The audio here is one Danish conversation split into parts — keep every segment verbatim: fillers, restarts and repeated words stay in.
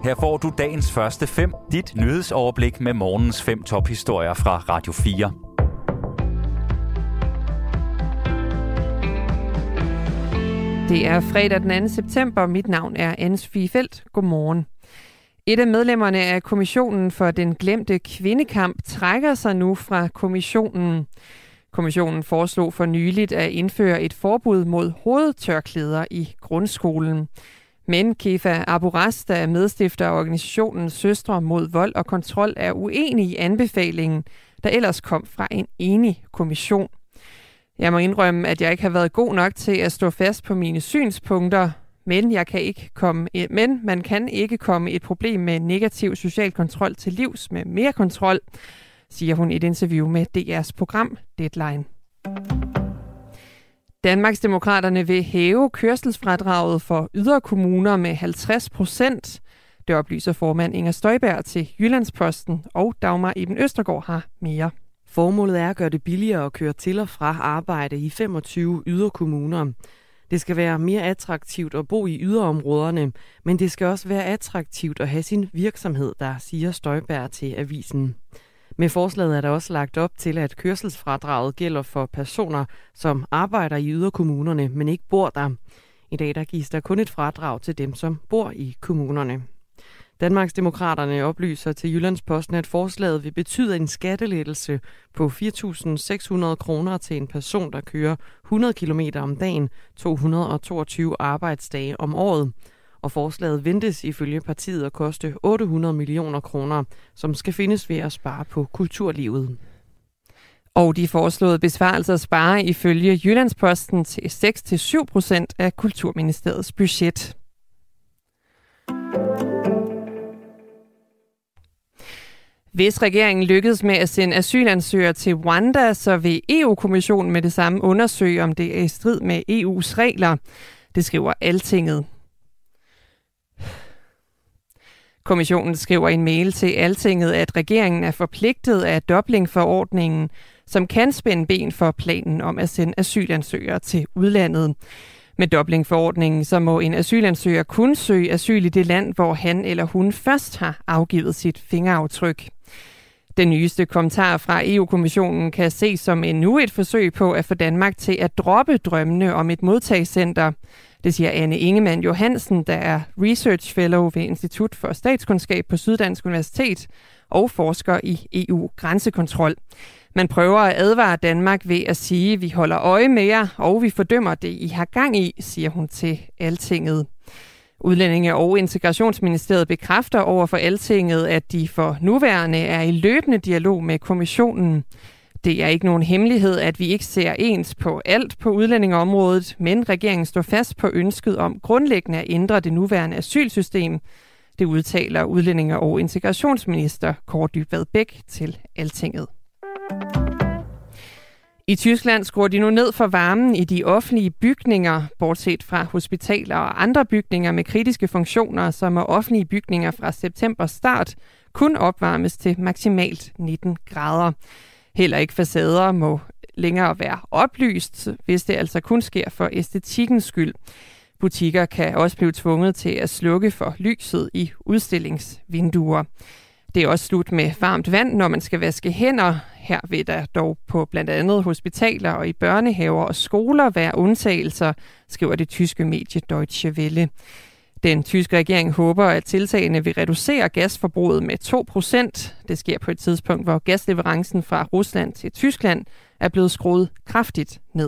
Her får du dagens første fem, dit nyhedsoverblik med morgens fem tophistorier fra Radio fire. Det er fredag den anden september. Mit navn er Anne-Sophie Feldt. Godmorgen. Et af medlemmerne af Kommissionen for den glemte kvindekamp trækker sig nu fra kommissionen. Kommissionen foreslog for nyligt at indføre et forbud mod hovedtørklæder i grundskolen. Men Kefa Aburas, der er medstifter af organisationen Søstre mod vold og kontrol, er uenig i anbefalingen, der ellers kom fra en enig kommission. Jeg må indrømme, at jeg ikke har været god nok til at stå fast på mine synspunkter, men, jeg kan ikke komme, men man kan ikke komme et problem med negativ social kontrol til livs med mere kontrol, siger hun i et interview med D R's program Deadline. Danmarksdemokraterne vil hæve kørselsfradraget for yderkommuner med halvtreds procent. Det oplyser formand Inger Støjberg til Jyllandsposten, og Dagmar Eben Østergaard har mere. Formålet er at gøre det billigere at køre til og fra arbejde i femogtyve yderkommuner. Det skal være mere attraktivt at bo i yderområderne, men det skal også være attraktivt at have sin virksomhed, der siger Støjberg til avisen. Med forslaget er der også lagt op til, at kørselsfradraget gælder for personer, som arbejder i yderkommunerne, men ikke bor der. I dag der gives der kun et fradrag til dem, som bor i kommunerne. Danmarksdemokraterne oplyser til Jyllandsposten, at forslaget vil betyde en skattelettelse på fire tusind seks hundrede kroner til en person, der kører hundrede kilometer om dagen, to hundrede og toogtyve arbejdsdage om året. Og forslaget ventes ifølge partiet at koste otte hundrede millioner kroner, som skal findes ved at spare på kulturlivet. Og de foreslåede besvarelser sparer ifølge Jyllandsposten til seks til syv procent af Kulturministeriets budget. Hvis regeringen lykkes med at sende asylansøgere til Rwanda, så vil E U-kommissionen med det samme undersøge, om det er i strid med E U's regler. Det skriver Altinget. Kommissionen skriver i en mail til Altinget, at regeringen er forpligtet af Dublin-forordningen, som kan spænde ben for planen om at sende asylansøgere til udlandet. Med Dublin-forordningen så må en asylansøger kun søge asyl i det land, hvor han eller hun først har afgivet sit fingeraftryk. Den nyeste kommentar fra E U-kommissionen kan ses som endnu et forsøg på at få Danmark til at droppe drømmene om et modtagscenter. Det siger Anne Ingemann Johansen, der er Research Fellow ved Institut for Statskundskab på Syddansk Universitet og forsker i E U-grænsekontrol. Man prøver at advare Danmark ved at sige, at vi holder øje med jer, og vi fordømmer det, I har gang i, siger hun til Altinget. Udlændinge- og Integrationsministeriet bekræfter over for Altinget, at de for nuværende er i løbende dialog med kommissionen. Det er ikke nogen hemmelighed, at vi ikke ser ens på alt på udlændingeområdet, men regeringen står fast på ønsket om grundlæggende at ændre det nuværende asylsystem. Det udtaler udlændinge- og integrationsminister Kaare Dybvad Bek til Altinget. I Tyskland skruer de nu ned for varmen i de offentlige bygninger, bortset fra hospitaler og andre bygninger med kritiske funktioner, som er offentlige bygninger fra september start, kun opvarmes til maksimalt nitten grader. Heller ikke facader må længere være oplyst, hvis det altså kun sker for æstetikkens skyld. Butikker kan også blive tvunget til at slukke for lyset i udstillingsvinduer. Det er også slut med varmt vand, når man skal vaske hænder. Her vil der dog på blandt andet hospitaler og i børnehaver og skoler være undtagelser, skriver det tyske medie Deutsche Welle. Den tyske regering håber, at tiltagene vil reducere gasforbruget med to procent. Det sker på et tidspunkt, hvor gasleverancen fra Rusland til Tyskland er blevet skruet kraftigt ned.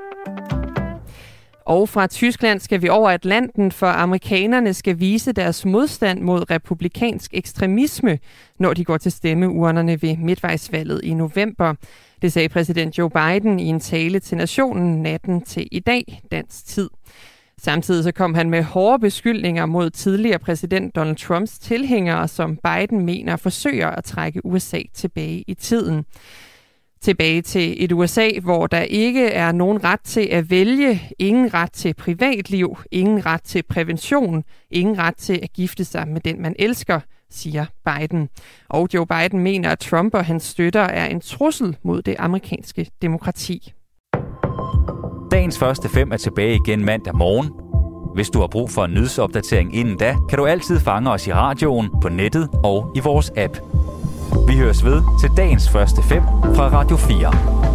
Og fra Tyskland skal vi over Atlanten, for amerikanerne skal vise deres modstand mod republikansk ekstremisme, når de går til stemmeurnerne ved midtvejsvalget i november. Det sagde præsident Joe Biden i en tale til nationen natten til i dag, dansk tid. Samtidig så kom han med hårde beskyldninger mod tidligere præsident Donald Trumps tilhængere, som Biden mener forsøger at trække U S A tilbage i tiden. Tilbage til et U S A, hvor der ikke er nogen ret til at vælge, ingen ret til privatliv, ingen ret til prævention, ingen ret til at gifte sig med den, man elsker, siger Biden. Og Joe Biden mener, at Trump og hans støtter er en trussel mod det amerikanske demokrati. Dagens første fem er tilbage igen mandag morgen. Hvis du har brug for en nyhedsopdatering inden da, kan du altid fange os i radioen, på nettet og i vores app. Vi høres ved til dagens første fem fra Radio fire.